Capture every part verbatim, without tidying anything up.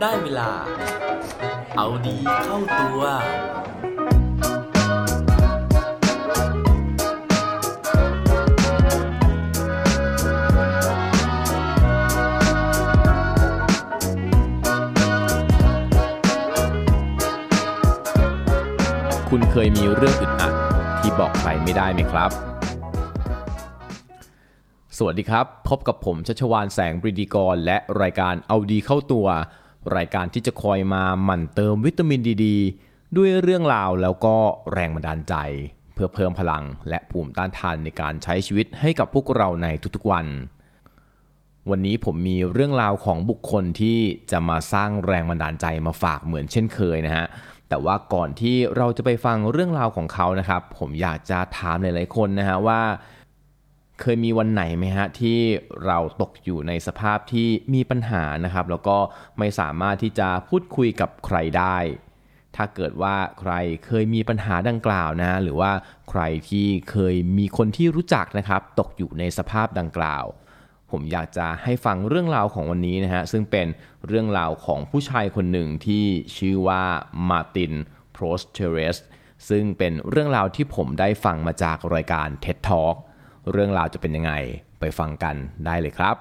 ได้เวลาเอาดีเข้าตัวคุณเคยมีเรื่องอึดอัดที่บอกใครไม่ได้ไหมครับสวัสดีครับพบกับผมชัชวาลแสงปรีดีกรและรายการเอาดีเข้าตัวรายการที่จะคอยมาหมั่นเติมวิตามินดีดีด้วยเรื่องราวแล้วก็แรงบันดาลใจเพื่อเพิ่มพลังและภูมิต้านทานในการใช้ชีวิตให้กับพวกเราในทุกๆวันวันนี้ผมมีเรื่องราวของบุคคลที่จะมาสร้างแรงบันดาลใจมาฝากเหมือนเช่นเคยนะฮะแต่ว่าก่อนที่เราจะไปฟังเรื่องราวของเขานะครับผมอยากจะถามหลายๆคนนะฮะว่าเคยมีวันไหนไหมฮะที่เราตกอยู่ในสภาพที่มีปัญหานะครับแล้วก็ไม่สามารถที่จะพูดคุยกับใครได้ถ้าเกิดว่าใครเคยมีปัญหาดังกล่าวนะหรือว่าใครที่เคยมีคนที่รู้จักนะครับตกอยู่ในสภาพดังกล่าวผมอยากจะให้ฟังเรื่องราวของวันนี้นะฮะซึ่งเป็นเรื่องราวของผู้ชายคนหนึ่งที่ชื่อว่ามาร์ติน โพรสเทเรสซึ่งเป็นเรื่องราวที่ผมได้ฟังมาจากรายการ เท็ด Talk เรื่องราวจะเป็นยังไงไปฟังกันได้เลยครับ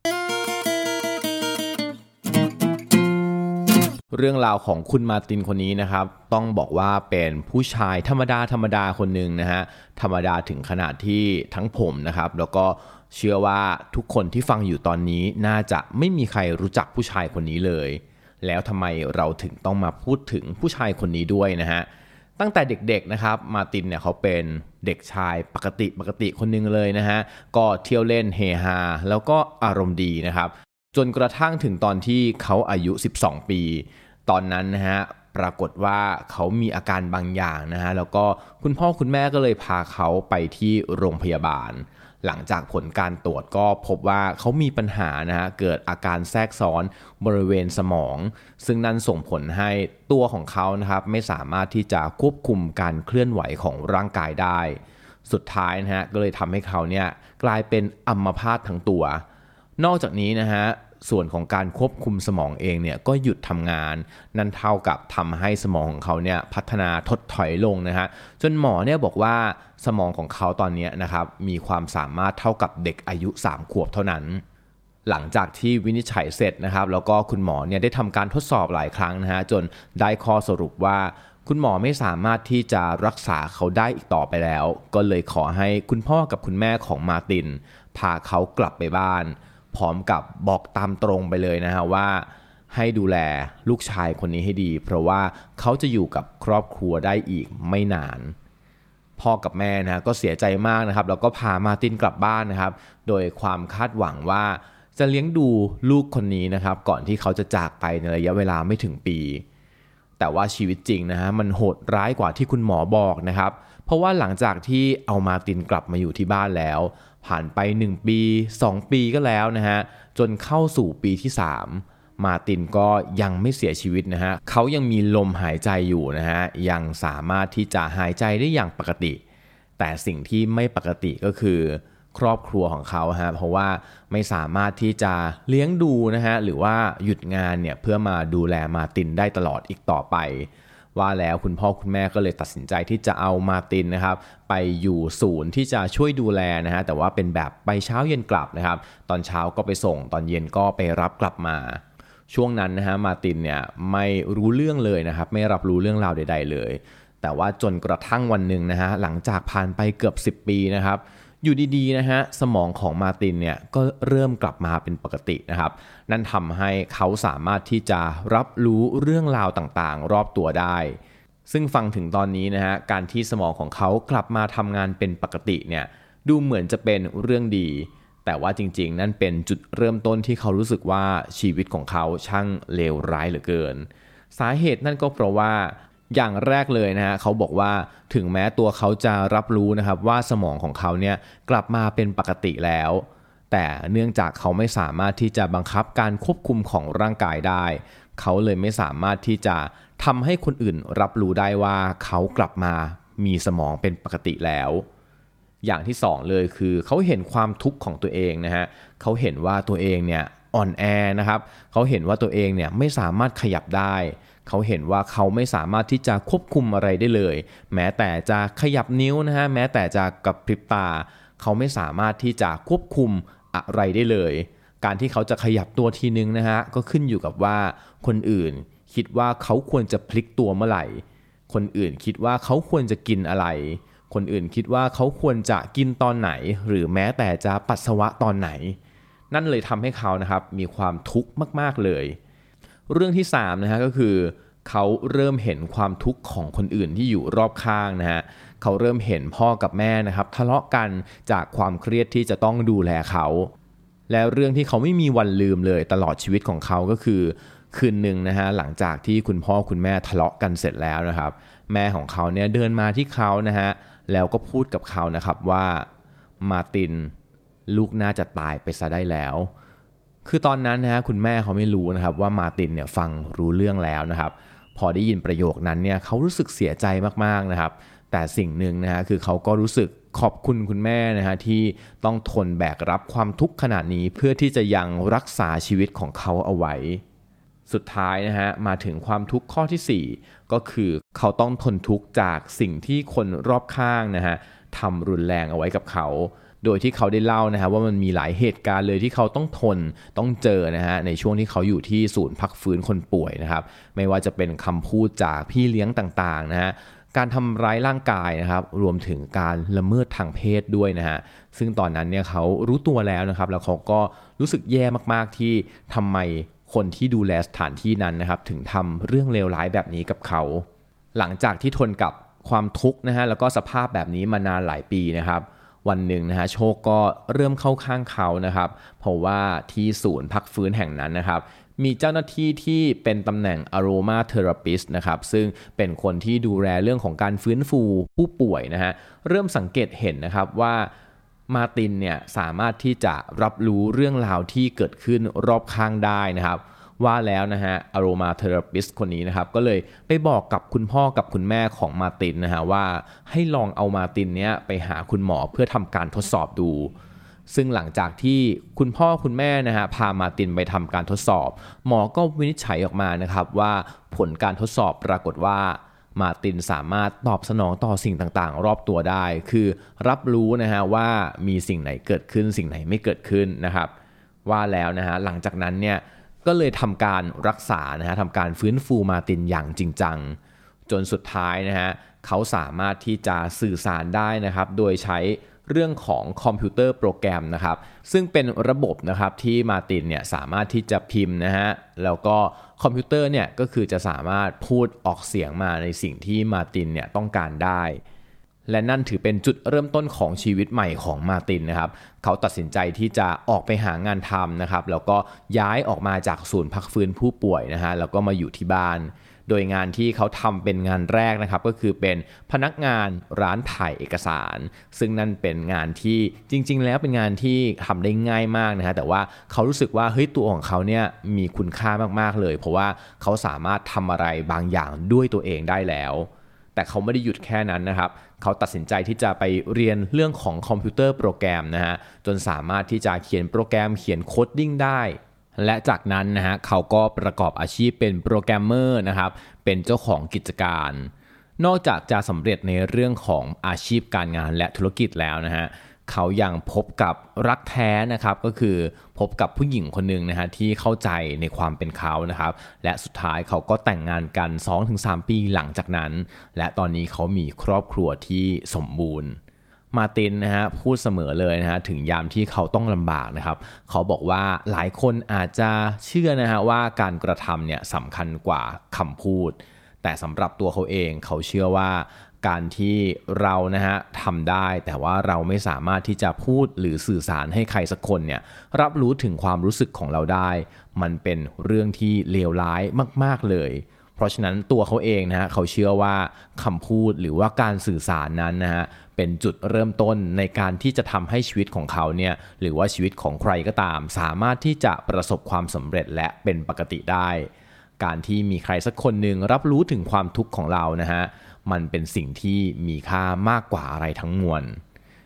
เรื่องราวของคุณมาร์ตินคนนี้นะครับต้องบอกว่าเป็นผู้ชายธรรมดาธรรมดาคนหนึ่งนะฮะธรรมดาถึงขนาดที่ทั้งผมนะครับแล้วก็เชื่อว่าทุกคนที่ฟังอยู่ตอนนี้น่าจะไม่มีใครรู้จักผู้ชายคนนี้เลยแล้วทำไมเราถึงต้องมาพูดถึงผู้ชายคนนี้ด้วยนะฮะตั้งแต่เด็กๆนะครับมาร์ตินเนี่ยเขาเป็นเด็กชายปกติปกติคนนึงเลยนะฮะก็เที่ยวเล่นเฮฮาแล้วก็อารมณ์ดีนะครับจนกระทั่งถึงตอนที่เขาอายุสิบสองปีตอนนั้นนะฮะปรากฏว่าเขามีอาการบางอย่างนะฮะแล้วก็คุณพ่อคุณแม่ก็เลยพาเขาไปที่โรงพยาบาลหลังจากผลการตรวจก็พบว่าเขามีปัญหานะฮะเกิดอาการแทรกซ้อนบริเวณสมองซึ่งนั่นส่งผลให้ตัวของเขานะครับไม่สามารถที่จะควบคุมการเคลื่อนไหวของร่างกายได้สุดท้ายนะฮะก็เลยทำให้เขาเนี่ยกลายเป็นอัมพาตทั้งตัวนอกจากนี้นะฮะส่วนของการควบคุมสมองเองเนี่ยก็หยุดทำงานนั่นเท่ากับทำให้สมองของเขาเนี่ยพัฒนาถดถอยลงนะฮะจนหมอเนี่ยบอกว่าสมองของเขาตอนนี้นะครับมีความสามารถเท่ากับเด็กอายุสามขวบเท่านั้นหลังจากที่วินิจฉัยเสร็จนะครับแล้วก็คุณหมอเนี่ยได้ทำการทดสอบหลายครั้งนะฮะจนได้ข้อสรุปว่าคุณหมอไม่สามารถที่จะรักษาเขาได้อีกต่อไปแล้วก็เลยขอให้คุณพ่อกับคุณแม่ของมาร์ตินพาเขากลับไปบ้านพร้อมกับบอกตามตรงไปเลยนะฮะว่าให้ดูแลลูกชายคนนี้ให้ดีเพราะว่าเขาจะอยู่กับครอบครัวได้อีกไม่นานพ่อกับแม่นะก็เสียใจมากนะครับแล้วก็พามาร์ตินกลับบ้านนะครับโดยความคาดหวังว่าจะเลี้ยงดูลูกคนนี้นะครับก่อนที่เขาจะจากไปในระยะเวลาไม่ถึงปีแต่ว่าชีวิตจริงนะฮะมันโหดร้ายกว่าที่คุณหมอบอกนะครับเพราะว่าหลังจากที่เอามาร์ตินกลับมาอยู่ที่บ้านแล้วผ่านไปหนึ่งปีสองปีก็แล้วนะฮะจนเข้าสู่ปีที่สามมาร์ตินก็ยังไม่เสียชีวิตนะฮะเขายังมีลมหายใจอยู่นะฮะยังสามารถที่จะหายใจได้อย่างปกติแต่สิ่งที่ไม่ปกติก็คือครอบครัวของเขาฮะเพราะว่าไม่สามารถที่จะเลี้ยงดูนะฮะหรือว่าหยุดงานเนี่ยเพื่อมาดูแลมาร์ตินได้ตลอดอีกต่อไปว่าแล้วคุณพ่อคุณแม่ก็เลยตัดสินใจที่จะเอามาร์ตินนะครับไปอยู่ศูนย์ที่จะช่วยดูแลนะฮะแต่ว่าเป็นแบบไปเช้าเย็นกลับนะครับตอนเช้าก็ไปส่งตอนเย็นก็ไปรับกลับมาช่วงนั้นนะฮะมาร์ตินเนี่ยไม่รู้เรื่องเลยนะครับไม่รับรู้เรื่องราวใดๆเลยแต่ว่าจนกระทั่งวันหนึ่งนะฮะหลังจากผ่านไปเกือบสิบปีนะครับอยู่ดีๆนะฮะสมองของมาร์ตินเนี่ยก็เริ่มกลับมาเป็นปกตินะครับนั่นทำให้เขาสามารถที่จะรับรู้เรื่องราวต่างๆรอบตัวได้ซึ่งฟังถึงตอนนี้นะฮะการที่สมองของเขากลับมาทำงานเป็นปกติเนี่ยดูเหมือนจะเป็นเรื่องดีแต่ว่าจริงๆนั่นเป็นจุดเริ่มต้นที่เขารู้สึกว่าชีวิตของเขาช่างเลวร้ายเหลือเกินสาเหตุนั่นก็เพราะว่าอย่างแรกเลยนะฮะเขาบอกว่าถึงแม้ตัวเขาจะรับรู้นะครับว่าสมองของเขาเนี่ยกลับมาเป็นปกติแล้วแต่เนื่องจากเขาไม่สามารถที่จะบังคับการควบคุมของร่างกายได้เขาเลยไม่สามารถที่จะทำให้คนอื่นรับรู้ได้ว่าเขากลับมามีสมองเป็นปกติแล้วอย่างที่สองเลยคือเขาเห็นความทุกข์ของตัวเองนะฮะเขาเห็นว่าตัวเองเนี่ยอ่อนแอนะครับเขาเห็นว่าตัวเองเนี่ยไม่สามารถขยับได้เขาเห็นว่าเขาไม่สามารถที่จะควบคุมอะไรได้เลยแม้แต่จะขยับนิ้วนะฮะแม้แต่จะกระพริบตาเขาไม่สามารถที่จะควบคุมอะไรได้เลยการที่เขาจะขยับตัวทีนึงนะฮะก็ขึ้นอยู่กับว่าคนอื่นคิดว่าเขาควรจะพลิกตัวเมื่อไหร่คนอื่นคิดว่าเขาควรจะกินอะไรคนอื่นคิดว่าเขาควรจะกินตอนไหนหรือแม้แต่จะปัสสาวะตอนไหนนั่นเลยทำให้เขานะครับมีความทุกข์มากๆเลยเรื่องที่สามนะฮะก็คือเขาเริ่มเห็นความทุกข์ของคนอื่นที่อยู่รอบข้างนะฮะเขาเริ่มเห็นพ่อกับแม่นะครับทะเลาะกันจากความเครียดที่จะต้องดูแลเขาและเรื่องที่เขาไม่มีวันลืมเลยตลอดชีวิตของเขาก็คือคืนหนึ่งนะฮะหลังจากที่คุณพ่อคุณแม่ทะเลาะกันเสร็จแล้วนะครับแม่ของเขาเนี่ยเดินมาที่เขานะฮะแล้วก็พูดกับเขานะครับว่ามาร์ตินลูกน่าจะตายไปซะได้แล้วคือตอนนั้นนะฮะคุณแม่เขาไม่รู้นะครับว่ามาร์ตินเนี่ยฟังรู้เรื่องแล้วนะครับพอได้ยินประโยคนั้นเนี่ยเขารู้สึกเสียใจมากๆนะครับแต่สิ่งหนึ่งนะฮะคือเขาก็รู้สึกขอบคุณคุณแม่นะฮะที่ต้องทนแบกรับความทุกข์ขนาดนี้เพื่อที่จะยังรักษาชีวิตของเขาเอาไว้สุดท้ายนะฮะมาถึงความทุกข์ข้อที่สี่ก็คือเขาต้องทนทุกข์จากสิ่งที่คนรอบข้างนะฮะทำรุนแรงเอาไว้กับเขาโดยที่เขาได้เล่านะฮะว่ามันมีหลายเหตุการณ์เลยที่เขาต้องทนต้องเจอนะฮะในช่วงที่เขาอยู่ที่ศูนย์พักฟื้นคนป่วยนะครับไม่ว่าจะเป็นคำพูดจากพี่เลี้ยงต่างๆนะฮะการทำร้ายร่างกายนะครับรวมถึงการละเมิดทางเพศด้วยนะฮะซึ่งตอนนั้นเนี่ยเขารู้ตัวแล้วนะครับแล้วเขาก็รู้สึกแย่มากๆที่ทำไมคนที่ดูแลสถานที่นั้นนะครับถึงทำเรื่องเลวร้ายแบบนี้กับเขาหลังจากที่ทนกับความทุกข์นะฮะแล้วก็สภาพแบบนี้มานานหลายปีนะครับวันหนึ่งนะฮะโชคก็เริ่มเข้าข้างเขานะครับเพราะว่าที่ศูนย์พักฟื้นแห่งนั้นนะครับมีเจ้าหน้าที่ที่เป็นตำแหน่ง aroma therapist นะครับซึ่งเป็นคนที่ดูแลเรื่องของการฟื้นฟูผู้ป่วยนะฮะเริ่มสังเกตเห็นนะครับว่ามาร์ตินเนี่ยสามารถที่จะรับรู้เรื่องราวที่เกิดขึ้นรอบข้างได้นะครับว่าแล้วนะฮะ aroma therapist คนนี้นะครับก็เลยไปบอกกับคุณพ่อกับคุณแม่ของมาร์ตินนะฮะว่าให้ลองเอามาร์ตินเนี้ยไปหาคุณหมอเพื่อทำการทดสอบดูซึ่งหลังจากที่คุณพ่อคุณแม่นะฮะพามาร์ตินไปทำการทดสอบหมอก็วินิจฉัยออกมานะครับว่าผลการทดสอบปรากฏว่ามาร์ตินสามารถตอบสนองต่อสิ่งต่างๆรอบตัวได้คือรับรู้นะฮะว่ามีสิ่งไหนเกิดขึ้นสิ่งไหนไม่เกิดขึ้นนะครับว่าแล้วนะฮะหลังจากนั้นเนี่ยก็เลยทำการรักษานะฮะทำการฟื้นฟูมาร์ตินอย่างจริงจังจนสุดท้ายนะฮะเขาสามารถที่จะสื่อสารได้นะครับโดยใช้เรื่องของคอมพิวเตอร์โปรแกรมนะครับซึ่งเป็นระบบนะครับที่มาร์ตินเนี่ยสามารถที่จะพิมพ์นะฮะแล้วก็คอมพิวเตอร์เนี่ยก็คือจะสามารถพูดออกเสียงมาในสิ่งที่มาร์ตินเนี่ยต้องการได้และนั่นถือเป็นจุดเริ่มต้นของชีวิตใหม่ของมาร์ตินนะครับเขาตัดสินใจที่จะออกไปหางานทำนะครับแล้วก็ย้ายออกมาจากศูนย์พักฟื้นผู้ป่วยนะฮะแล้วก็มาอยู่ที่บ้านโดยงานที่เขาทำเป็นงานแรกนะครับก็คือเป็นพนักงานร้านถ่ายเอกสารซึ่งนั่นเป็นงานที่จริงๆแล้วเป็นงานที่ทำได้ง่ายมากนะฮะแต่ว่าเขารู้สึกว่าเฮ้ยตัวของเขาเนี่ยมีคุณค่ามากๆเลยเพราะว่าเขาสามารถทำอะไรบางอย่างด้วยตัวเองได้แล้วแต่เขาไม่ได้หยุดแค่นั้นนะครับเขาตัดสินใจที่จะไปเรียนเรื่องของคอมพิวเตอร์โปรแกรมนะฮะจนสามารถที่จะเขียนโปรแกรมเขียนโคดดิ้งได้และจากนั้นนะฮะเขาก็ประกอบอาชีพเป็นโปรแกรมเมอร์นะครับเป็นเจ้าของกิจการนอกจากจะสำเร็จในเรื่องของอาชีพการงานและธุรกิจแล้วนะฮะเขายังพบกับรักแท้นะครับก็คือพบกับผู้หญิงคนหนึ่งนะฮะที่เข้าใจในความเป็นเขานะครับและสุดท้ายเขาก็แต่งงานกัน สองถึงสาม ปีหลังจากนั้นและตอนนี้เขามีครอบครัวที่สมบูรณ์มาร์ตินนะฮะพูดเสมอเลยนะฮะถึงยามที่เขาต้องลำบากนะครับเขาบอกว่าหลายคนอาจจะเชื่อนะฮะว่าการกระทำเนี่ยสำคัญกว่าคำพูดแต่สำหรับตัวเขาเองเขาเชื่อว่าการที่เรานะฮะทำได้แต่ว่าเราไม่สามารถที่จะพูดหรือสื่อสารให้ใครสักคนเนี่ยรับรู้ถึงความรู้สึกของเราได้มันเป็นเรื่องที่เลวร้ายมากๆเลยเพราะฉะนั้นตัวเขาเองนะฮะเขาเชื่อว่าคำพูดหรือว่าการสื่อสารนั้นนะฮะเป็นจุดเริ่มต้นในการที่จะทำให้ชีวิตของเขาเนี่ยหรือว่าชีวิตของใครก็ตามสามารถที่จะประสบความสำเร็จและเป็นปกติได้การที่มีใครสักคนหนึ่งรับรู้ถึงความทุกข์ของเรานะฮะมันเป็นสิ่งที่มีค่ามากกว่าอะไรทั้งมวล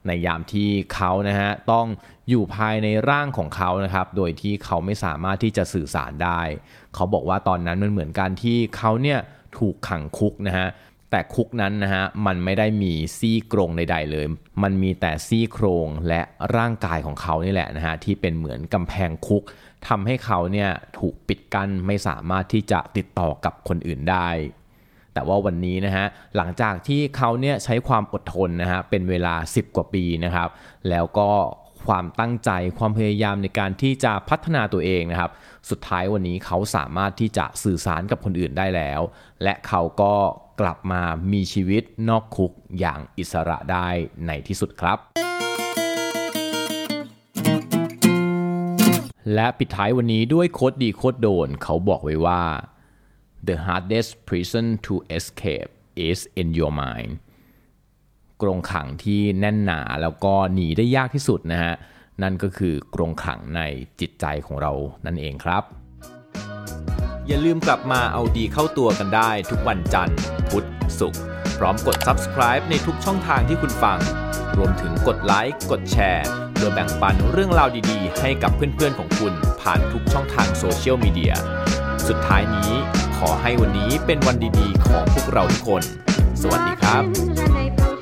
ในยามที่เขานะฮะต้องอยู่ภายในร่างของเขานะครับโดยที่เขาไม่สามารถที่จะสื่อสารได้เขาบอกว่าตอนนั้นมันเหมือนกันที่เขาเนี่ยถูกขังคุกนะฮะแต่คุกนั้นนะฮะมันไม่ได้มีซี่โครงใดๆเลยมันมีแต่ซี่โครงและร่างกายของเขานี่แหละนะฮะที่เป็นเหมือนกำแพงคุกทำให้เขาเนี่ยถูกปิดกั้นไม่สามารถที่จะติดต่อกับคนอื่นได้แต่ว่าวันนี้นะฮะหลังจากที่เขาเนี่ยใช้ความอดทนนะฮะเป็นเวลาสิบกว่าปีนะครับแล้วก็ความตั้งใจความพยายามในการที่จะพัฒนาตัวเองนะครับสุดท้ายวันนี้เขาสามารถที่จะสื่อสารกับคนอื่นได้แล้วและเขาก็กลับมามีชีวิตนอกคุกอย่างอิสระได้ในที่สุดครับและปิดท้ายวันนี้ด้วยโค้ดดีโค้ดโดนเขาบอกไว้ว่า The hardest prison to escape is in your mind กรงขังที่แน่นหนาแล้วก็หนีได้ยากที่สุดนะฮะนั่นก็คือกรงขังในจิตใจของเรานั่นเองครับอย่าลืมกลับมาเอาดีเข้าตัวกันได้ทุกวันจันทร์พุธศุกร์พร้อมกด Subscribe ในทุกช่องทางที่คุณฟังรวมถึงกดไลค์กดแชร์เพื่อแบ่งปันเรื่องราวดีๆให้กับเพื่อนๆของคุณผ่านทุกช่องทางโซเชียลมีเดียสุดท้ายนี้ขอให้วันนี้เป็นวันดีๆของพวกเราทุกคนสวัสดีครับ